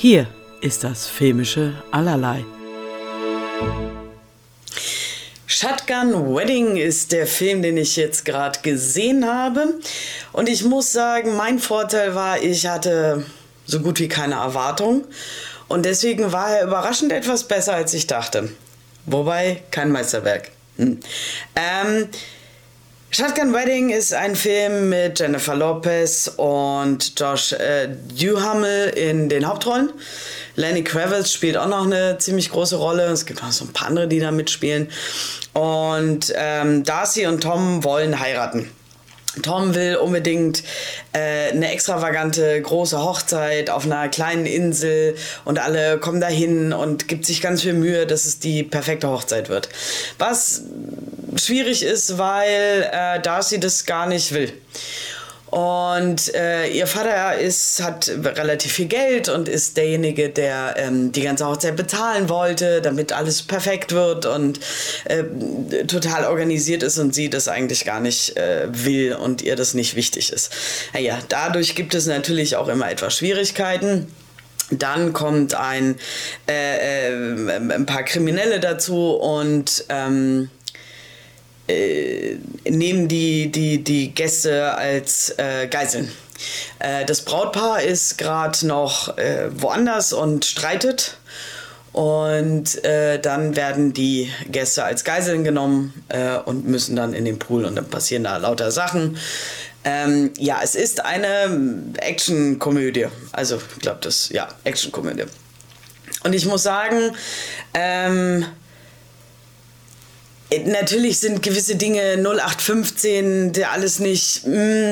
Hier ist das filmische Allerlei. Shotgun Wedding ist der Film, den ich jetzt gerade gesehen habe. Und ich muss sagen, mein Vorteil war, ich hatte so gut wie keine Erwartung. Und deswegen war er überraschend etwas besser, als ich dachte. Wobei, kein Meisterwerk. Shotgun Wedding ist ein Film mit Jennifer Lopez und Josh Duhamel in den Hauptrollen. Lenny Kravitz spielt auch noch eine ziemlich große Rolle. Es gibt noch so ein paar andere, die da mitspielen. Und Darcy und Tom wollen heiraten. Tom will unbedingt eine extravagante große Hochzeit auf einer kleinen Insel und alle kommen dahin und gibt sich ganz viel Mühe, dass es die perfekte Hochzeit wird. Was schwierig ist, weil Darcy das gar nicht will. Und ihr Vater hat relativ viel Geld und ist derjenige, der die ganze Hochzeit bezahlen wollte, damit alles perfekt wird und total organisiert ist und sie das eigentlich gar nicht will und ihr das nicht wichtig ist. Naja, dadurch gibt es natürlich auch immer etwas Schwierigkeiten. Dann kommt ein paar Kriminelle dazu und nehmen die Gäste als Geiseln. Das Brautpaar ist gerade noch woanders und streitet. Und dann werden die Gäste als Geiseln genommen und müssen dann in den Pool und dann passieren da lauter Sachen. Es ist eine Actionkomödie. Also ich glaube, Actionkomödie. Und ich muss sagen, natürlich sind gewisse Dinge 0815, der alles nicht,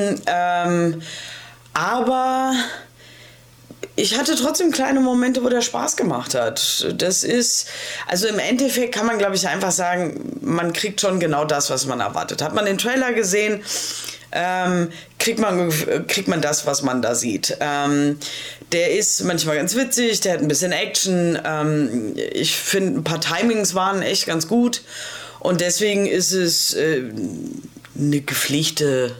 aber ich hatte trotzdem kleine Momente, wo der Spaß gemacht hat. Das ist, also im Endeffekt kann man, glaube ich, einfach sagen, man kriegt schon genau das, was man erwartet. Hat man den Trailer gesehen, kriegt man das, was man da sieht. Der ist manchmal ganz witzig, der hat ein bisschen Action. Ich finde, ein paar Timings waren echt ganz gut. Und deswegen ist es eine gepflegte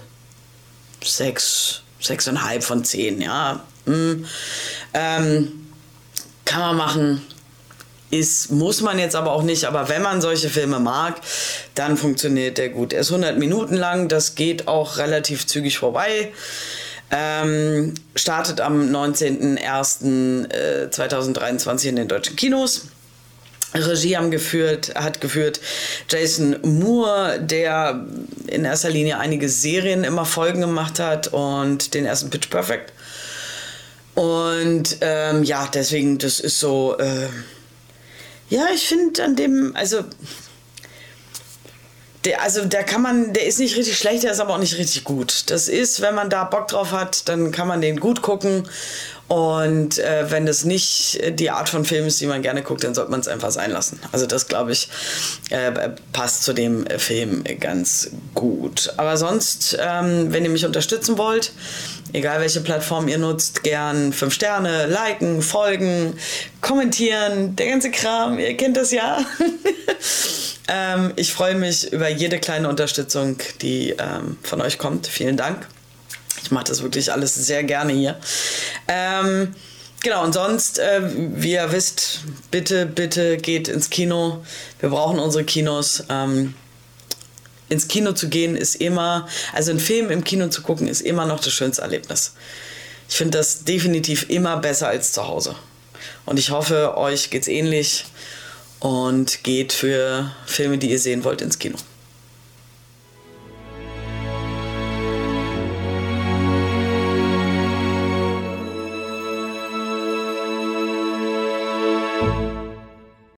6,5 von 10, ja. Kann man machen. Muss man jetzt aber auch nicht, aber wenn man solche Filme mag, dann funktioniert der gut. Er ist 100 Minuten lang, das geht auch relativ zügig vorbei. Startet am 19.01.2023 in den deutschen Kinos. Regie hat geführt Jason Moore, der in erster Linie einige Serien immer Folgen gemacht hat und den ersten Pitch Perfect. Und deswegen, das ist so, ich finde an dem, der ist nicht richtig schlecht, der ist aber auch nicht richtig gut. Das ist, wenn man da Bock drauf hat, dann kann man den gut gucken. Und wenn das nicht die Art von Film ist, die man gerne guckt, dann sollte man es einfach sein lassen. Also das, glaube ich, passt zu dem Film ganz gut. Aber sonst, wenn ihr mich unterstützen wollt, egal welche Plattform ihr nutzt, gern 5 Sterne, liken, folgen, kommentieren, der ganze Kram, ihr kennt das ja. Ich freue mich über jede kleine Unterstützung, die von euch kommt. Vielen Dank. Ich mache das wirklich alles sehr gerne hier. Und sonst, wie ihr wisst, bitte geht ins Kino. Wir brauchen unsere Kinos. Ins Kino zu gehen ist immer, also einen Film im Kino zu gucken, ist immer noch das schönste Erlebnis. Ich finde das definitiv immer besser als zu Hause. Und ich hoffe, euch geht's ähnlich und geht für Filme, die ihr sehen wollt, ins Kino.